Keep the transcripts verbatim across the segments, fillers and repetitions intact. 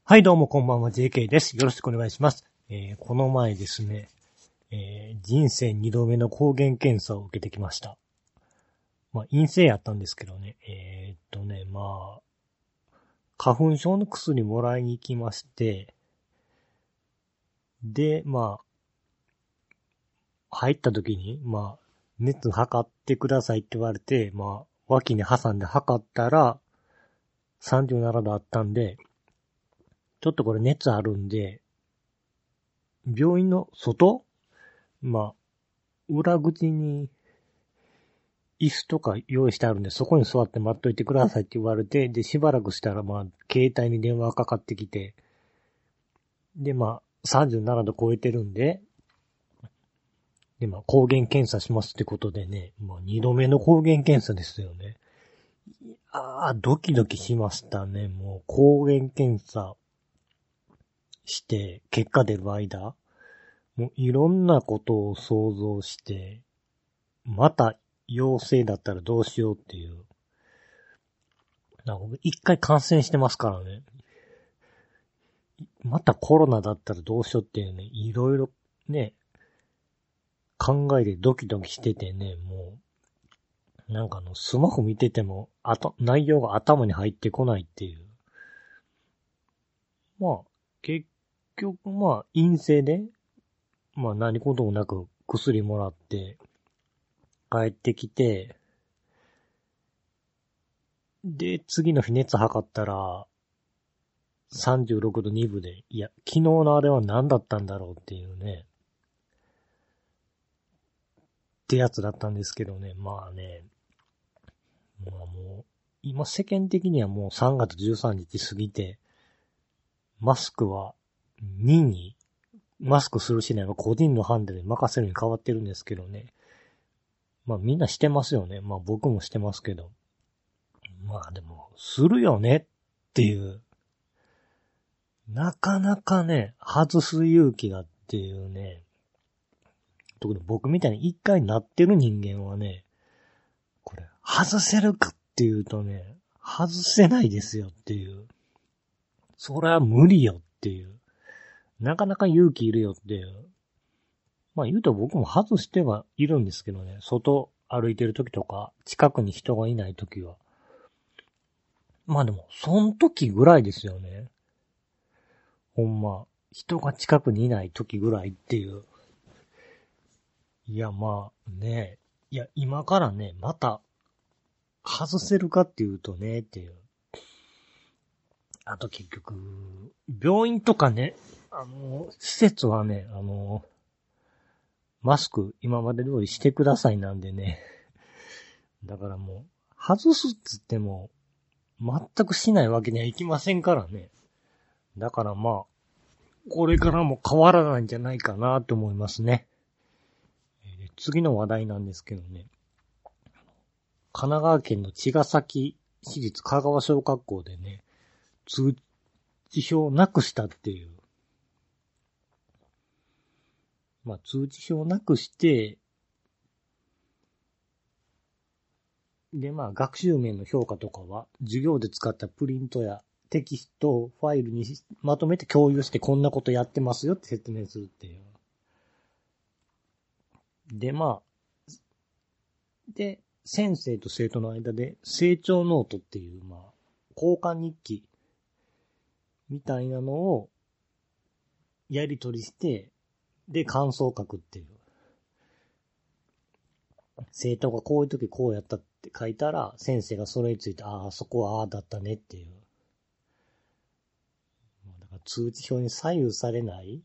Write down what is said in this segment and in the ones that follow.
はい、どうもこんばんは、ジェーケー です。よろしくお願いします。えー、この前ですね、えー、人生二度目の抗原検査を受けてきました。まあ、陰性やったんですけどね、えー、っとね、まあ、花粉症の薬もらいに行きまして、で、まあ、入った時に、まあ、熱測ってくださいって言われて、まあ、脇に挟んで測ったら、さんじゅうななどあったんで、ちょっとこれ熱あるんで、病院の外まあ、裏口に椅子とか用意してあるんで、そこに座って待っといてくださいって言われて、で、しばらくしたら、まあ、携帯に電話がかかってきて、で、まあ、さんじゅうななど超えてるんで、で、まあ、抗原検査しますってことでね、まあ、二度目の抗原検査ですよね。ああ、ドキドキしましたね。もう、抗原検査して、結果出る間、もういろんなことを想像して、また陽性だったらどうしようっていう。なんか僕一回感染してますからね。またコロナだったらどうしようっていうね、いろいろね、考えてドキドキしててね、もう、なんかあの、スマホ見てても、あと、内容が頭に入ってこないっていう。まあ、結局まあ、陰性で、まあ何事もなく薬もらって、帰ってきて、で、次の日熱測ったら、さんじゅうろくどにぶで、いや、昨日のあれは何だったんだろうっていうね、ってやつだったんですけどね、まあね、まあもう、今世間的にはもうさんがつじゅうさんにち過ぎて、マスクは任意、マスクするしないは個人の判断で任せるに変わってるんですけどね。まあみんなしてますよね。まあ僕もしてますけど。まあでも、するよねっていう。なかなかね、外す勇気がっていうね。特に僕みたいに一回なってる人間はね、これ、外せるかっていうとね、外せないですよっていう。それは無理よっていう。なかなか勇気いるよっていう。まあ言うと僕も外してはいるんですけどね。外歩いてる時とか、近くに人がいない時は。まあでも、そん時ぐらいですよね。ほんま。人が近くにいない時ぐらいっていう。いやまあね。いや今からね、また外せるかっていうとね、っていう。あと結局、病院とかね、あの、施設はね、あの、マスク今まで通りしてくださいなんでね。だからもう、外すっつっても、全くしないわけにはいきませんからね。だからまあ、これからも変わらないんじゃないかなと思いますね。えー次の話題なんですけどね。神奈川県の茅ヶ崎市立香川小学校でね、通知表をなくしたっていう。まあ通知表をなくして、でまあ学習面の評価とかは、授業で使ったプリントやテキストをファイルにまとめて共有してこんなことやってますよって説明するっていう。でまあ、で、先生と生徒の間で成長ノートっていう、まあ、交換日記みたいなのをやり取りして、で、感想を書くっていう。生徒がこういう時こうやったって書いたら、先生がそれについて、ああ、そこはああだったねっていう。だから通知表に左右されない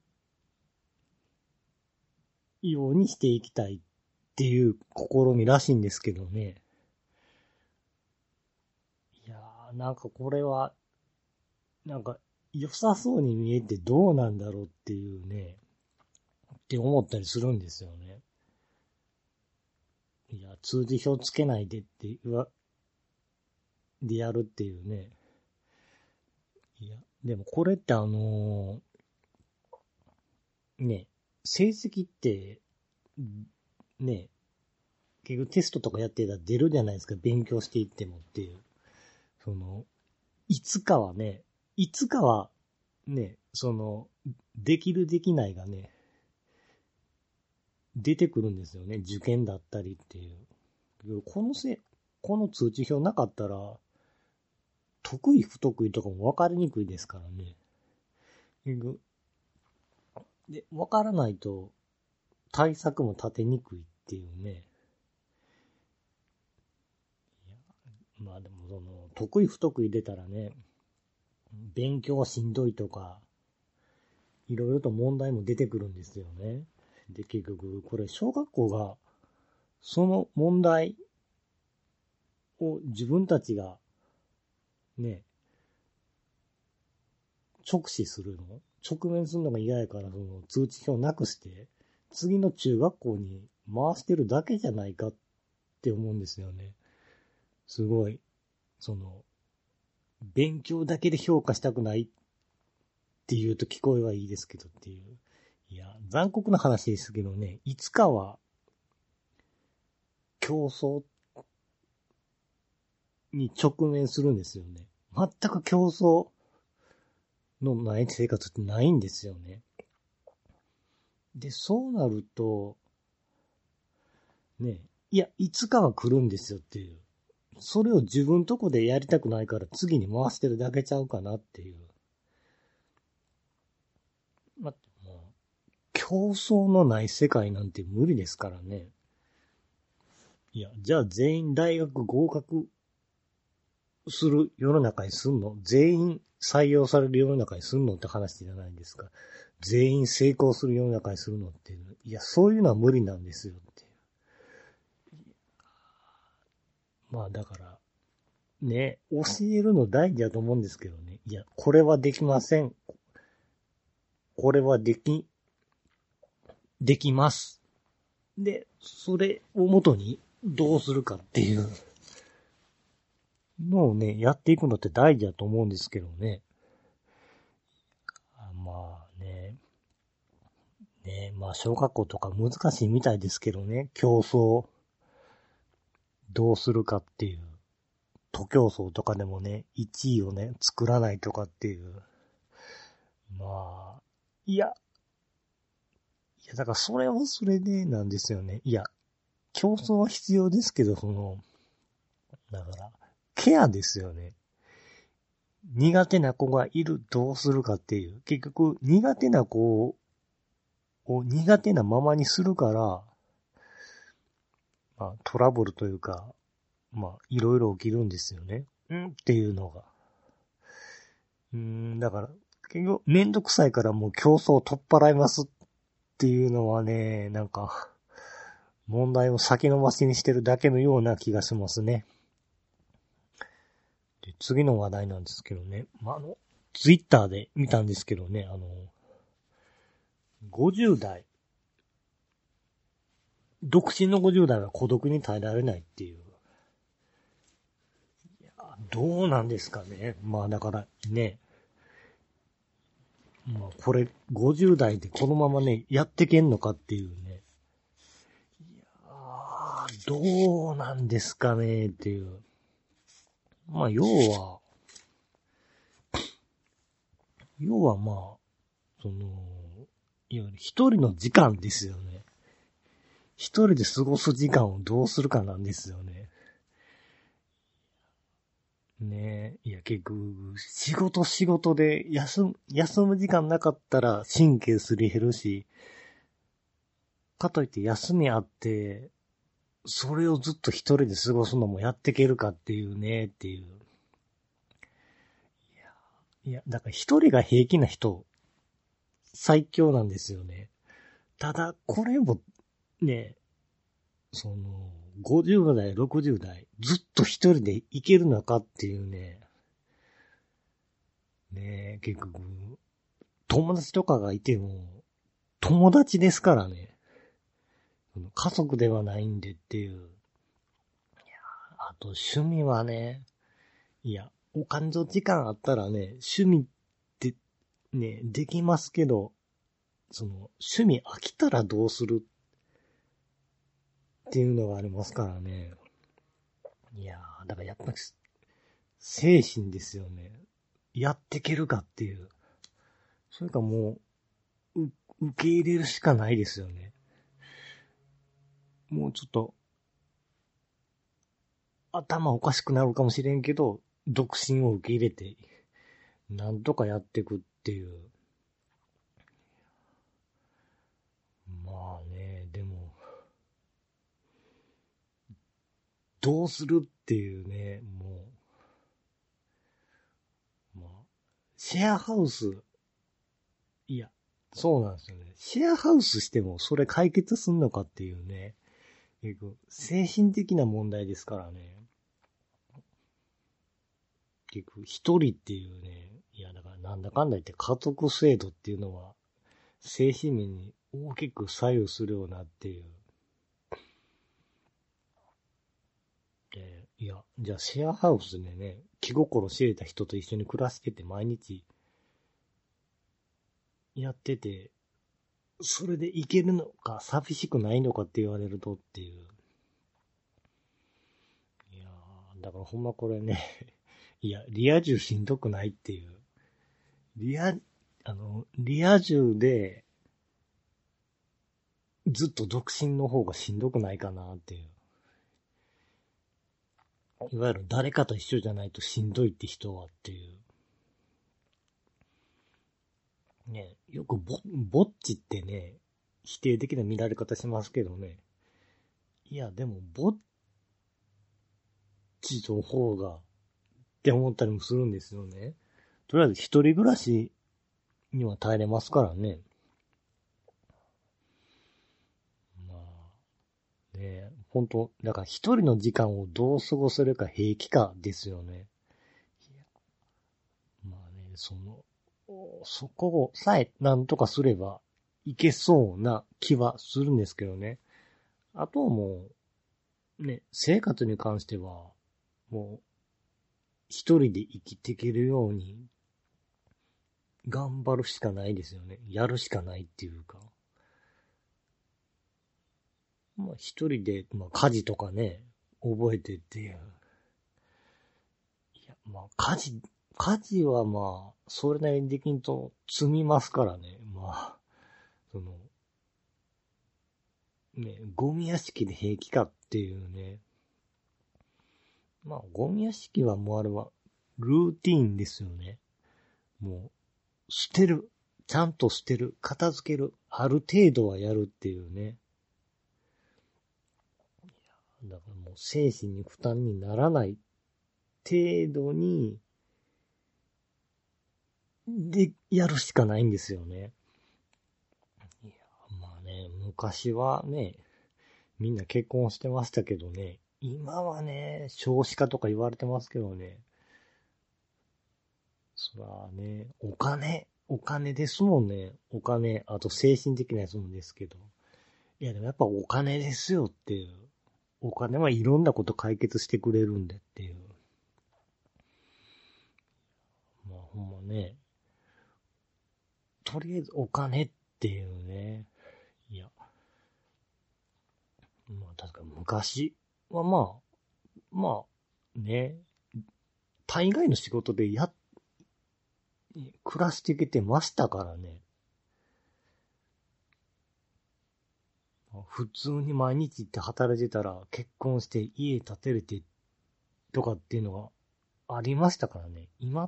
ようにしていきたいっていう試みらしいんですけどね。いやー、なんかこれは、なんか良さそうに見えてどうなんだろうっていうね、って思ったりするんですよね。いや、通知表つけないでって言わ、でやるっていうね。いや、でもこれってあのーね、成績って、ね、結局テストとかやってたら出るじゃないですか、勉強していってもっていう。その、いつかはね、いつかはね、その、できるできないがね、出てくるんですよね。受験だったりっていう。このせ、この通知表なかったら、得意不得意とかも分かりにくいですからね。で、分からないと対策も立てにくいっていうね。いや、まあでもその、得意不得意出たらね、勉強はしんどいとか、いろいろと問題も出てくるんですよね。で、結局、これ小学校が、その問題を自分たちが、ね、直視するの直面するのが嫌やから、その通知表なくして、次の中学校に回してるだけじゃないかって思うんですよね。すごい、その、勉強だけで評価したくないっていうと聞こえはいいですけどっていう。いや、残酷な話ですけどね、いつかは、競争に直面するんですよね。全く競争のない生活ってないんですよね。で、そうなると、ね、いや、いつかは来るんですよっていう。それを自分とこでやりたくないから次に回してるだけちゃうかなっていう。ま、もう、競争のない世界なんて無理ですからね。いや、じゃあ全員大学合格する世の中にすんの？全員採用される世の中にすんのって話じゃないですか。全員成功する世の中にするのっていう。いや、そういうのは無理なんですよっていう。まあだから、ね、教えるの大事だと思うんですけどね。いや、これはできません。これはでき、できます。で、それをもとにどうするかっていうのをね、やっていくのって大事だと思うんですけどね。あまあね。ね、まあ小学校とか難しいみたいですけどね。競争、どうするかっていう。徒競走とかでもね、いちいをね、作らないとかっていう。まあ、いや、いや、だからそれはそれでなんですよね。いや、競争は必要ですけど、その、だから、ケアですよね。苦手な子がいる、どうするかっていう。結局、苦手な子を苦手なままにするから、まあ、トラブルというか、まあ、いろいろ起きるんですよね。うんっていうのが。うーん、だから、結局、めんどくさいからもう競争を取っ払いますっていうのはね、なんか、問題を先延ばしにしてるだけのような気がしますね。で、次の話題なんですけどね。まあ、あの、ツイッターで見たんですけどね、あの、ごじゅう代、独身のごじゅう代は孤独に耐えられないっていう。いや、どうなんですかね。まあだからね、まあこれごじゅう代でこのままね、やってけんのかっていうね。いやー、どうなんですかねっていう。まあ要は、要はまあ、その、いわゆる一人の時間ですよね。一人で過ごす時間をどうするかなんですよね。ねえ。いや、結局、仕事仕事で休む、休む時間なかったら神経すり減るし、かといって休みあって、それをずっと一人で過ごすのもやっていけるかっていうね、っていう。いや、いやだから一人が平気な人、最強なんですよね。ただ、これも、ね、その、ごじゅう代、ろくじゅう代、ずっと一人でいけるのかっていうね。ねえ、結局、友達とかがいても、友達ですからね。家族ではないんでっていう。いや、あと趣味はね、いや、お金と時間あったらね、趣味ってね、できますけど、その、趣味飽きたらどうするっていうのがありますからね。いやー、だからやっぱり、精神ですよね。やっていけるかっていう。 それかもう、う受け入れるしかないですよね。もうちょっと、頭おかしくなるかもしれんけど、独身を受け入れて、なんとかやっていくっていう。まあね、でも、どうするっていうね、もう、まあ、シェアハウス、いや、そうなんですよね。シェアハウスしてもそれ解決すんのかっていうね、結構精神的な問題ですからね。結局一人っていうね、いやだからなんだかんだ言って家族制度っていうのは精神面に大きく左右するようなっていう。でいや、じゃあシェアハウスでね、気心知れた人と一緒に暮らしてて毎日やってて、それでいけるのか寂しくないのかって言われるとっていう。いやー、だからほんまこれね、いや、リア充しんどくないっていう。リア、あの、リア充でずっと独身の方がしんどくないかなっていう。いわゆる誰かと一緒じゃないとしんどいって人はっていう。ね、よくぼ、ぼっちってね、否定的な見られ方しますけどね。いや、でも、ぼっちの方がって思ったりもするんですよね。とりあえず一人暮らしには耐えれますからね。まあ、ね、本当だから一人の時間をどう過ごせるか平気かですよね。まあね、その、そこをさえなんとかすればいけそうな気はするんですけどね。あとはもう、ね、生活に関しては、もう、一人で生きていけるように、頑張るしかないですよね。やるしかないっていうか。まあ一人で、まあ家事とかね、覚えてっていう。いや、まあ家事、家事はまあ、それなりにできんと積みますからね。まあ、その、ね、ゴミ屋敷で平気かっていうね。まあ、ゴミ屋敷はもうあれは、ルーティーンですよね。もう、捨てる。ちゃんと捨てる。片付ける。ある程度はやるっていうね。だからもう精神に負担にならない程度に、で、やるしかないんですよね。いや、まあね、昔はね、みんな結婚してましたけどね、今はね、少子化とか言われてますけどね、そらね、お金、お金ですもんね。お金、あと精神的なやつもですけど。いやでもやっぱお金ですよっていう。お金はいろんなこと解決してくれるんでっていう。まあほんまね、とりあえずお金っていうね。いや、まあ確かに昔はまあ、まあね、大概の仕事でや、暮らしてきてましたからね。普通に毎日行って働いてたら結婚して家建てれてとかっていうのがありましたからね。今って、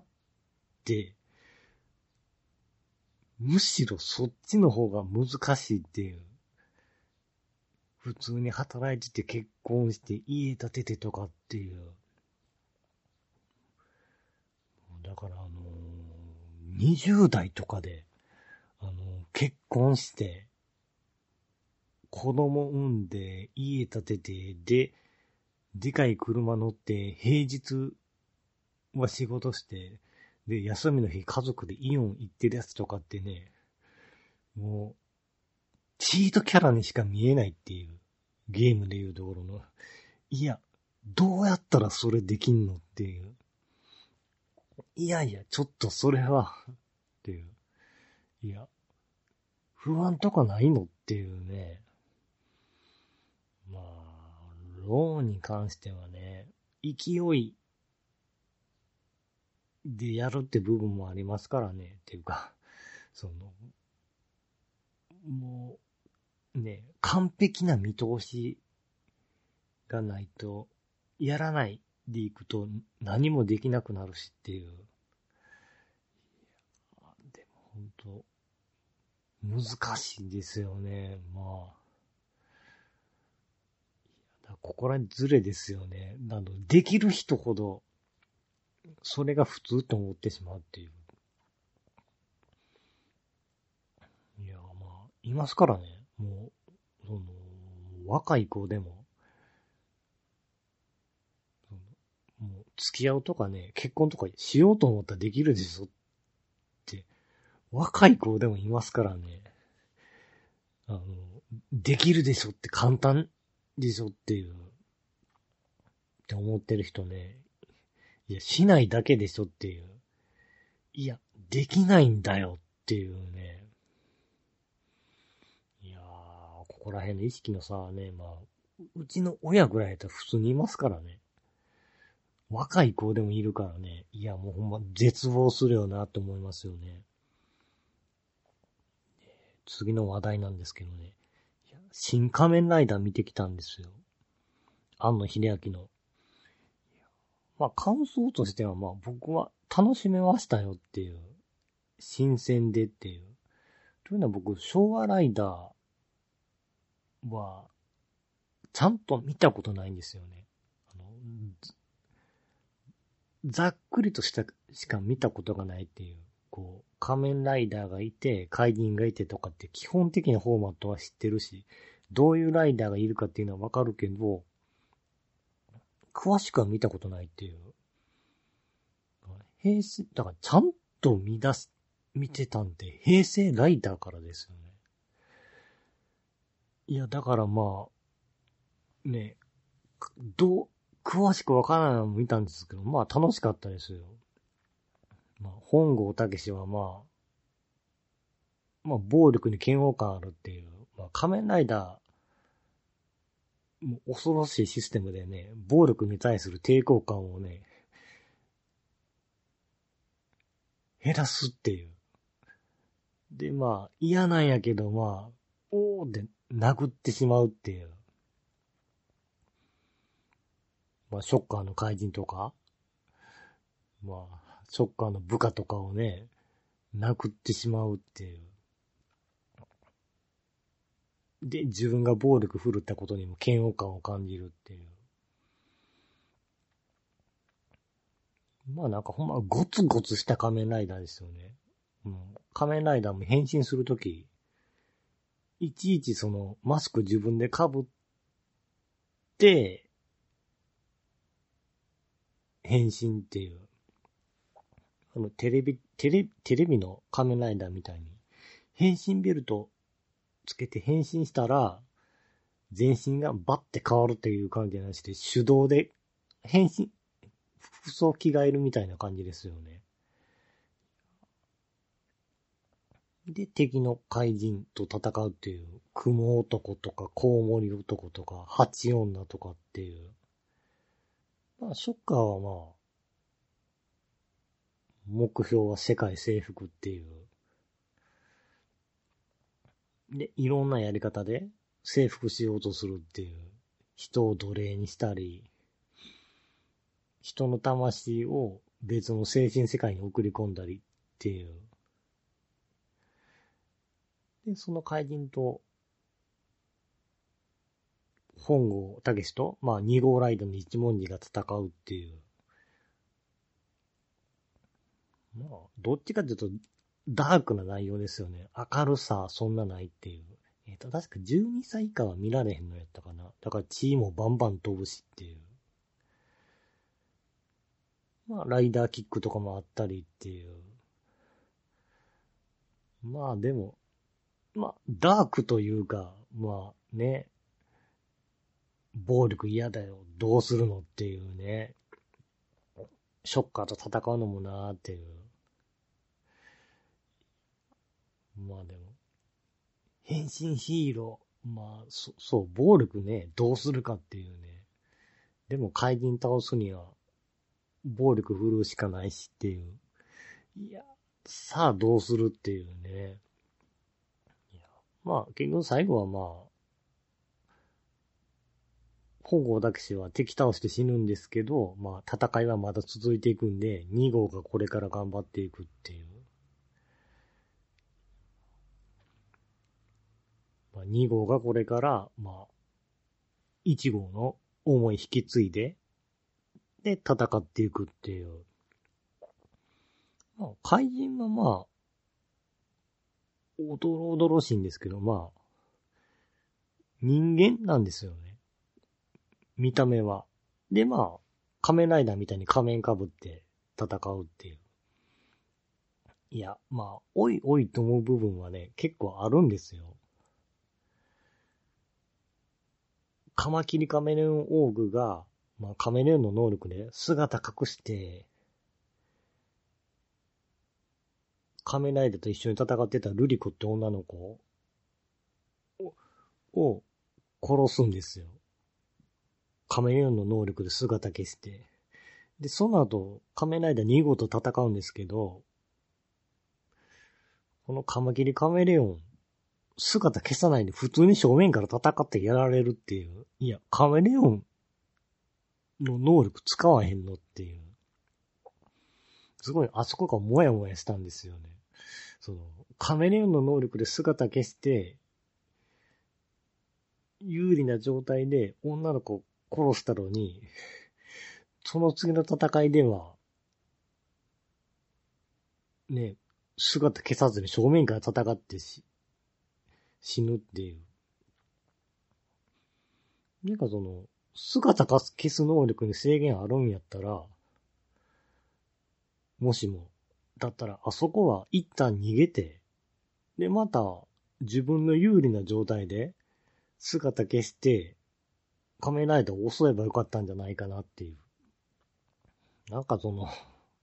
むしろそっちの方が難しいっていう。普通に働いてて結婚して家建ててとかっていう。だからあのー、にじゅう代とかで、あのー、結婚して、子供産んで、家建てて、で、でかい車乗って、平日は仕事して、で、休みの日家族でイオン行ってるやつとかってね、もう、チートキャラにしか見えないっていう、ゲームでいうところの。いや、どうやったらそれできんのっていう。いやいや、ちょっとそれは、っていう。いや、不安とかないのっていうね。まあ、ローンに関してはね、勢いでやるって部分もありますからね。っていうか、 その、もう、ね、完璧な見通しがないと、やらないでいくと何もできなくなるしっていう。でも本当、難しいですよね。まあ。ここらずれですよね。あの、できる人ほど、それが普通と思ってしまうっていう。いや、まあ、いますからね。もう、その、若い子でも、もう、付き合うとかね、結婚とかしようと思ったらできるでしょって、若い子でもいますからね。あの、できるでしょって簡単でしょっていう、って思ってる人ね。いや、しないだけでしょっていう。いや、できないんだよっていうね。いやー、ここら辺の意識の差はね、まあ、うちの親ぐらいだったら普通にいますからね。若い子でもいるからね。いや、もうほんま絶望するよなって思いますよね。次の話題なんですけどね。いや新仮面ライダー見てきたんですよ。庵野秀明の。まあ感想としてはまあ僕は楽しめましたよっていう。新鮮でっていう。というのは僕、昭和ライダーはちゃんと見たことないんですよね。あのざっくりとしたしか見たことがないっていう。こう、仮面ライダーがいて、怪人がいてとかって基本的なフォーマットは知ってるし、どういうライダーがいるかっていうのはわかるけど、詳しくは見たことないっていう。平成、だからちゃんと見出す、見てたんで、平成ライダーからですよね。いや、だからまあ、ね、どう、詳しくわからないのも見たんですけど、まあ楽しかったですよ。まあ、本郷武史はまあ、まあ暴力に嫌悪感あるっていう、まあ仮面ライダー、もう恐ろしいシステムでね、暴力に対する抵抗感をね、減らすっていう。で、まあ、嫌なんやけど、まあ、おーって殴ってしまうっていう。まあ、ショッカーの怪人とか、まあ、ショッカーの部下とかをね、殴ってしまうっていう。で、自分が暴力振るったことにも嫌悪感を感じるっていう。まあなんかほんまゴツゴツした仮面ライダーですよね。うん、仮面ライダーも変身するとき、いちいちそのマスク自分で被って、変身っていう。あの、テレビ、テレビ、テレビの仮面ライダーみたいに、変身ベルトつけて変身したら、全身がバッて変わるっていう感じじゃなくて、手動で変身、服装着替えるみたいな感じですよね。で、敵の怪人と戦うっていう、雲男とかコウモリ男とか、ハチ女とかっていう。まあ、ショッカーはまあ、目標は世界征服っていう。で、いろんなやり方で征服しようとするっていう。人を奴隷にしたり、人の魂を別の精神世界に送り込んだりっていう。で、その怪人と、本郷武と、まあ、二号ライドの一文字が戦うっていう。まあ、どっちかというと、ダークな内容ですよね。明るさ、そんなないっていう。えっと、確かじゅうにさい以下は見られへんのやったかな。だから血もバンバン飛ぶしっていう。まあ、ライダーキックとかもあったりっていう。まあ、でも、まあ、ダークというか、まあね、暴力嫌だよ。どうするのっていうね。ショッカーと戦うのもなーっていう。まあでも、変身ヒーロー。まあ、そ、そう、暴力ね、どうするかっていうね。でも怪人倒すには、暴力振るうしかないしっていう。いや、 さあどうするっていうね。いやまあ結局最後はまあ、本郷だけしは敵倒して死ぬんですけど、まあ戦いはまだ続いていくんで、に号がこれから頑張っていくっていう。まあ、に号がこれから、まあ、いち号の思い引き継いで、で戦っていくっていう。まあ、怪人はまあ、おどろおどろしいんですけど、まあ、人間なんですよね。見た目は。で、まあ、仮面ライダーみたいに仮面被って戦うっていう。いや、まあ、おいおいと思う部分はね、結構あるんですよ。カマキリカメレオンオーグが、まあ、カメレオンの能力で姿隠して、仮面ライダーと一緒に戦ってたルリコって女の子を殺すんですよ。カメレオンの能力で姿消して。で、その後、仮面ライダーに号と戦うんですけど、このカマキリカメレオン、姿消さないで普通に正面から戦ってやられるっていう。いや、カメレオンの能力使わへんのっていう。すごい、あそこがモヤモヤしたんですよね。その、カメレオンの能力で姿消して、有利な状態で女の子を殺したのに、その次の戦いでは、ね、姿消さずに正面から戦ってし、死ぬっていう。なんかその、姿消す能力に制限あるんやったら、もしも、だったら、あそこは一旦逃げて、で、また、自分の有利な状態で、姿消して、仮面ライダーを襲えばよかったんじゃないかなっていう。なんかその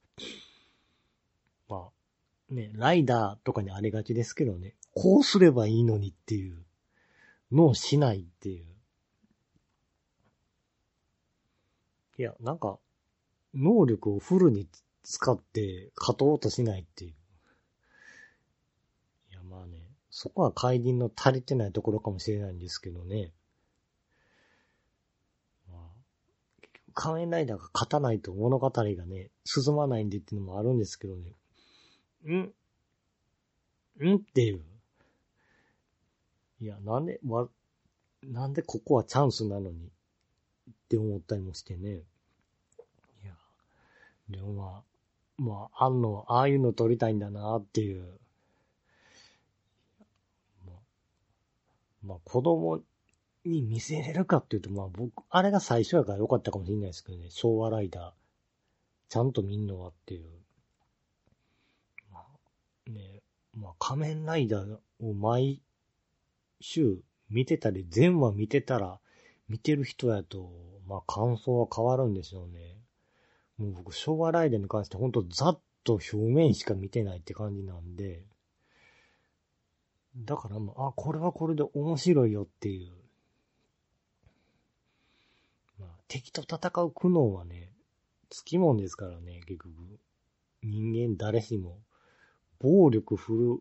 まあ、ね、ライダーとかにありがちですけどね、こうすればいいのにっていうのをしないっていう。いや、なんか、能力をフルに使って勝とうとしないっていう。いや、まあね、そこは怪人の足りてないところかもしれないんですけどね。まあ、仮面ライダーが勝たないと物語がね、進まないんでっていうのもあるんですけどね。んんっていう。いや、なんで、わ、なんでここはチャンスなのにって思ったりもしてね。いや、でもまあ、まあ、あんの、ああいうの撮りたいんだなっていう。まあ、まあ、子供に見せれるかっていうと、まあ僕、あれが最初やから良かったかもしれないですけどね。昭和ライダー。ちゃんと見んのはっていう。まあ、ね、まあ仮面ライダーを毎週見てたり、全話見てたら、見てる人やと、まあ感想は変わるんでしょうね。もう僕、昭和ライダーに関してほんとざっと表面しか見てないって感じなんで、だからまあ、あ、これはこれで面白いよっていう。まあ、敵と戦う苦悩はね、つきもんですからね、結局。人間誰しも、暴力振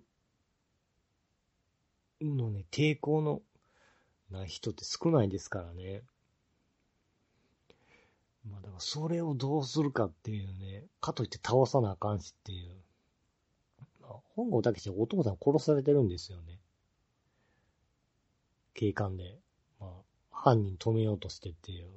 るのね、抵抗のない人って少ないですからね。まあだからそれをどうするかっていうね、かといって倒さなあかんしっていう。まあ、本郷武史はお父さん殺されてるんですよね。警官で。まあ、犯人止めようとしてっていう。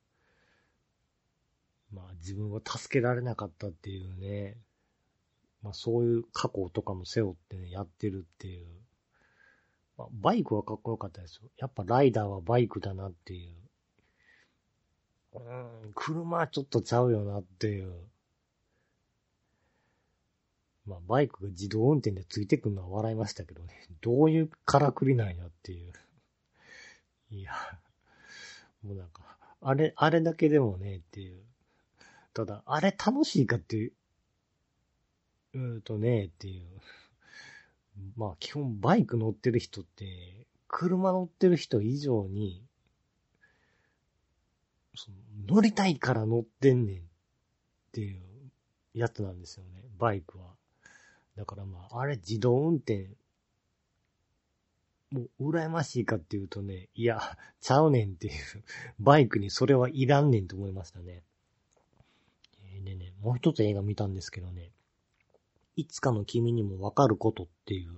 まあ自分は助けられなかったっていうね。まあそういう過去とかも背負ってね、やってるっていう。まあ、バイクはかっこよかったですよ。やっぱライダーはバイクだなっていう。うーん、車はちょっとちゃうよなっていう。まあバイクが自動運転でついてくるのは笑いましたけどね。どういうからくりなんやっていう。いや、もうなんか、あれ、あれだけでもねっていう。ただ、あれ楽しいかっていう、うーんとねっていう。まあ基本バイク乗ってる人って、車乗ってる人以上に、その乗りたいから乗ってんねんっていうやつなんですよね、バイクは。 だからまあ、あれ自動運転、もう羨ましいかっていうとね、いや、ちゃうねんっていう、バイクにそれはいらんねんと思いましたね。えーでね、もう一つ映画見たんですけどね、いつかの君にもわかることっていう、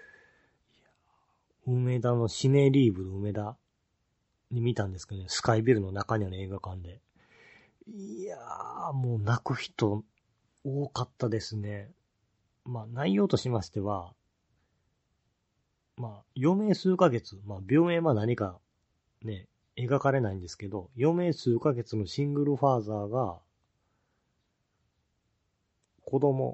梅田のシネリーブル梅田に見たんですけどね、スカイビルの中にある映画館で。いやー、もう泣く人多かったですね。まあ内容としましては、まあ余命数ヶ月、まあ病名は何かね、描かれないんですけど、余命数ヶ月のシングルファーザーが、子供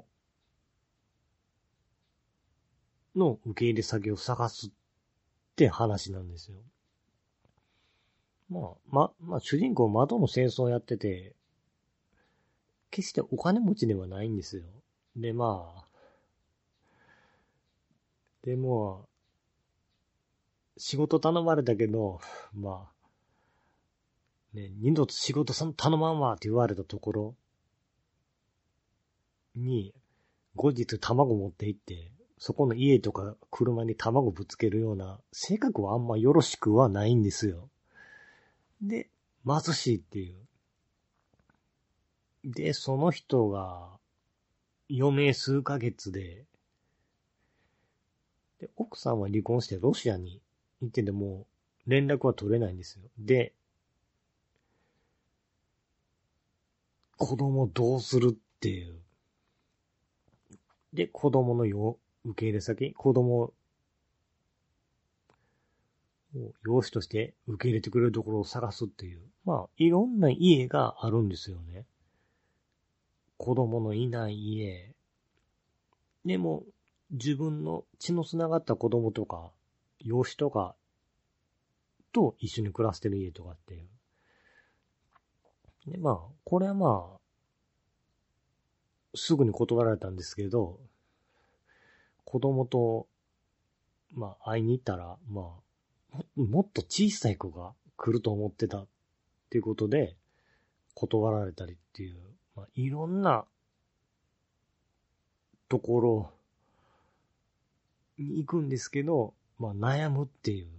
の受け入れ先を探すって話なんですよ。まあ、ま、まあ主人公窓の清掃をやってて、決してお金持ちではないんですよ。で、まあ、でも、仕事頼まれたけど、まあ、ね、二度と仕事さん頼まんわって言われたところに、後日卵持って行って、そこの家とか車に卵ぶつけるような、性格はあんまよろしくはないんですよ。で、貧しいっていう。で、その人が、余命数ヶ月で、で、奥さんは離婚してロシアに行ってても、連絡は取れないんですよ。で、子供どうするっていう。で、子供のよ受け入れ先、子供を養子として受け入れてくれるところを探すっていう。まあ、いろんな家があるんですよね。子供のいない家。でも、自分の血の繋がった子供とか、養子とかと一緒に暮らしてる家とかっていう。で、まあ、これはまあ、すぐに断られたんですけど、子供と、まあ、会いに行ったら、まあ、ももっと小さい子が来ると思ってたっていうことで、断られたりっていう、まあ、いろんなところに行くんですけど、まあ、悩むっていう。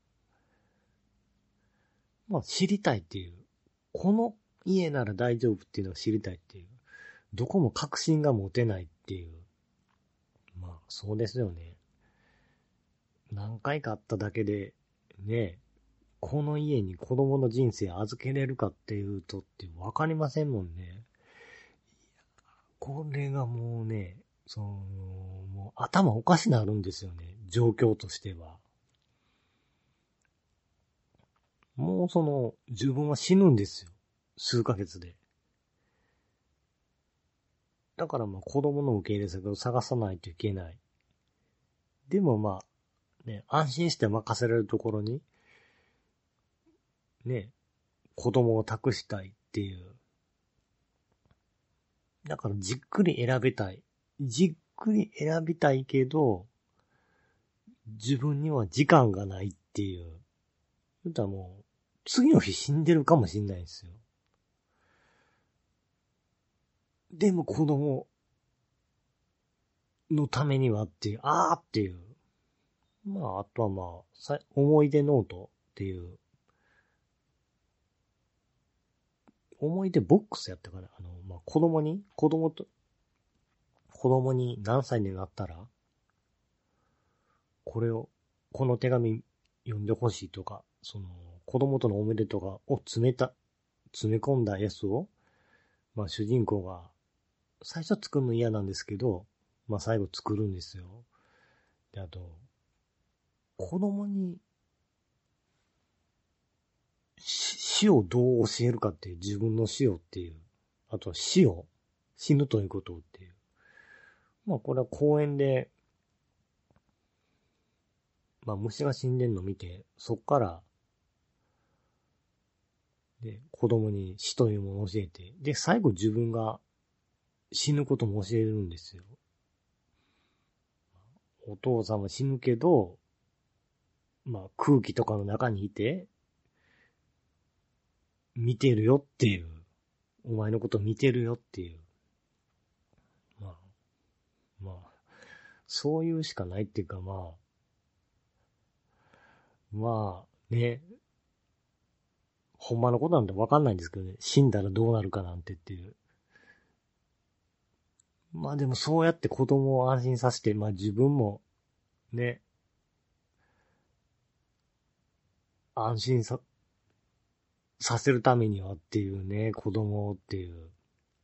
まあ、知りたいっていう。この家なら大丈夫っていうのを知りたいっていう。どこも確信が持てないっていう。まあ、そうですよね。何回かあっただけで、ね、この家に子供の人生預けれるかっていうとってわかりませんもんね。これがもうね、その、もう頭おかしなるんですよね。状況としては。もうその、自分は死ぬんですよ。数ヶ月で。だからまあ子供の受け入れ先を探さないといけない。でもまあ、ね、安心して任せられるところに、ね、子供を託したいっていう。だからじっくり選びたい。じっくり選びたいけど、自分には時間がないっていう。だからもう、次の日死んでるかもしんないんですよ。でも子供のためにはっていう、あーっていう。まあ、あとはまあ、さ思い出ノートっていう、思い出ボックスやったかな。あの、まあ、子供に、子供と、子供に何歳になったら、これを、この手紙読んでほしいとか、その、子供とのおめでとうが、を詰めた、詰め込んだやつを、まあ主人公が、最初作るの嫌なんですけど、まあ最後作るんですよ。で、あと、子供に、死をどう教えるかっていう、自分の死をっていう、あとは死を、死ぬということをっていう。まあこれは公園で、まあ虫が死んでんのを見て、そっから、で、子供に死というものを教えて、で、最後自分が死ぬことも教えるんですよ。お父さんは死ぬけど、まあ空気とかの中にいて、見てるよっていう。お前のこと見てるよっていう。まあ、まあ、 そういうしかないっていうか、まあ、まあ、ね、ほんまのことなんてわかんないんですけどね、死んだらどうなるかなんてっていう。まあでもそうやって子供を安心させて、まあ自分もね、安心さ、させるためにはっていうね、子供っていう。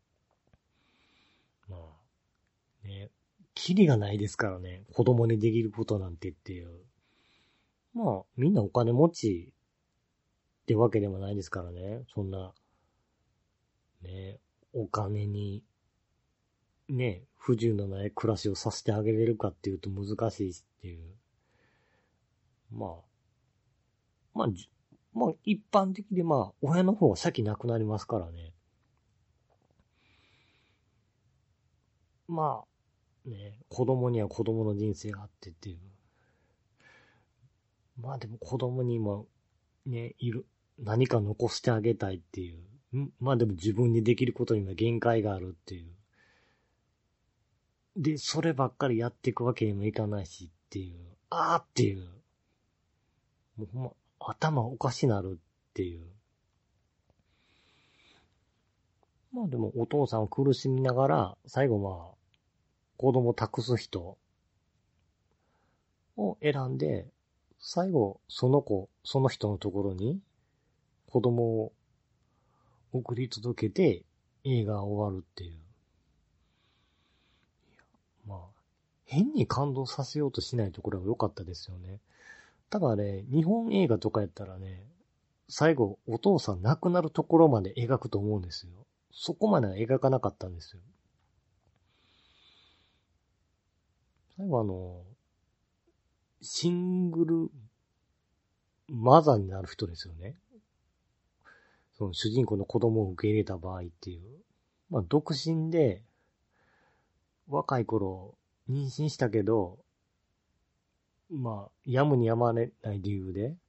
まあ、ね、キリがないですからね、子供にできることなんてっていう。まあ、みんなお金持ちってわけでもないですからね、そんな、ね、お金に、ね、不自由のない暮らしをさせてあげれるかっていうと難しいっていう。まあ、まあ、じまあ、一般的でまあ、親の方は先亡くなりますからね。まあ、ね、子供には子供の人生があってっていう。まあでも子供にもね、いる、何か残してあげたいっていう。んまあでも自分にできることには限界があるっていう。で、そればっかりやっていくわけにもいかないしっていう。あーっていう。もうほんま、頭おかしなるっていう。まあでもお父さんを苦しみながら、最後まあ、子供を託す人を選んで、最後、その子、その人のところに子供を送り届けて映画が終わるっていう。まあ、変に感動させようとしないところが良かったですよね。ただね、日本映画とかやったらね、最後、お父さん亡くなるところまで描くと思うんですよ。そこまでは描かなかったんですよ。最後あの、シングルマザーになる人ですよね。その主人公の子供を受け入れた場合っていう。まあ、独身で、若い頃、妊娠したけど、まあ、やむにやまれない理由で、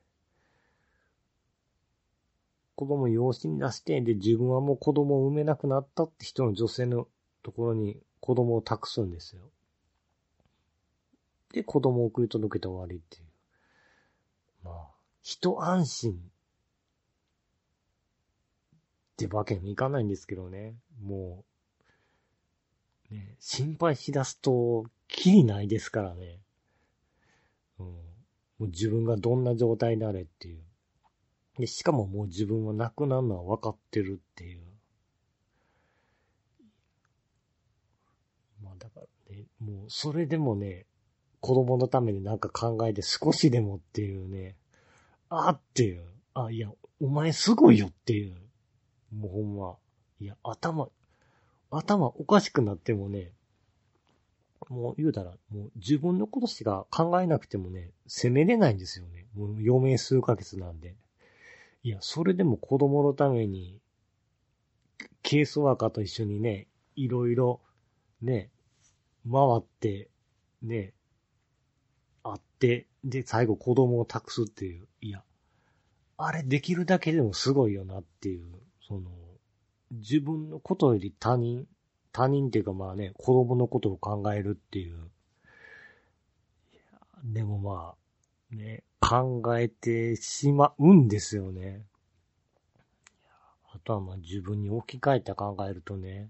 子供を養子に出して、で、自分はもう子供を産めなくなったって人の女性のところに子供を託すんですよ。で、子供を送り届けて終わりっていう。まあ、一安心ってわけにいかないんですけどね。もう、ね、心配しだすと、きりないですからね。うん。もう自分がどんな状態であれっていう。で、しかももう自分は亡くなるのは分かってるっていう。まあだからね、もうそれでもね、子供のためになんか考えて少しでもっていうね、あっていう。あ、いや、お前すごいよっていう。もうほんま。いや、頭、頭おかしくなってもね、もう言うたら、もう自分のことしか考えなくてもね、責めれないんですよね。もう余命数ヶ月なんで。いや、それでも子供のために、ケースワーカーと一緒にね、いろいろ、ね、回って、ね、会って、で、最後子供を託すっていう。いや、あれできるだけでもすごいよなっていう。その、自分のことより他人、他人っていうかまあね、子供のことを考えるっていう。でもまあ、ね、考えてしまうんですよね。あとはまあ自分に置き換えて考えるとね、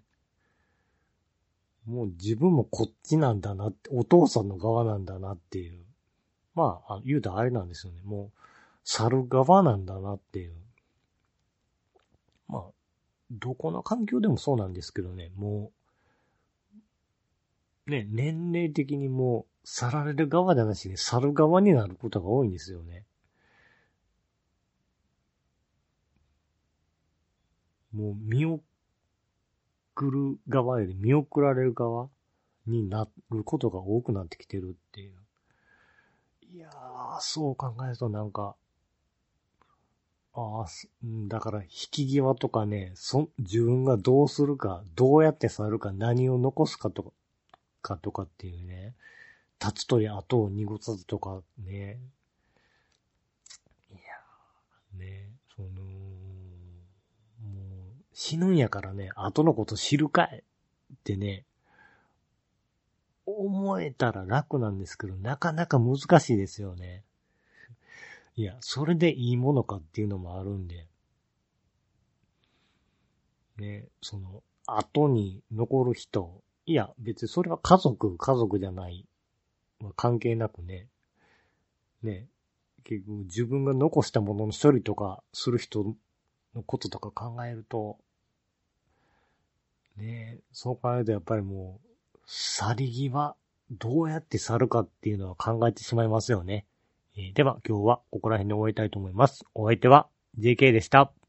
もう自分もこっちなんだなって、お父さんの側なんだなっていう。まあ、あ言うたらあれなんですよね。もう、猿側なんだなっていう。まあ、どこの環境でもそうなんですけどね、もう、ね、年齢的にもう、去られる側じゃなしに、去る側になることが多いんですよね。もう、見送る側より見送られる側になることが多くなってきてるっていう。いやー、そう考えるとなんか、ああ、すうんだから引き際とかね、そ、自分がどうするか、どうやって去るか、何を残すかとか、かとかっていうね、立つ鳥後を濁さずとかね、いやーね、その、もう、死ぬんやからね、後のこと知るかいってね、 思えたら楽なんですけど、なかなか難しいですよね。いや、それでいいものかっていうのもあるんで。ね、その、後に残る人、いや、別にそれは家族、家族じゃない。まあ、関係なくね。ね、結局自分が残したものの処理とかする人のこととか考えると、ね、そう考えるとやっぱりもう、去り際、どうやって去るかっていうのは考えてしまいますよね。えーでは今日はここら辺で終わりたいと思います。お相手は ジェーケー でした。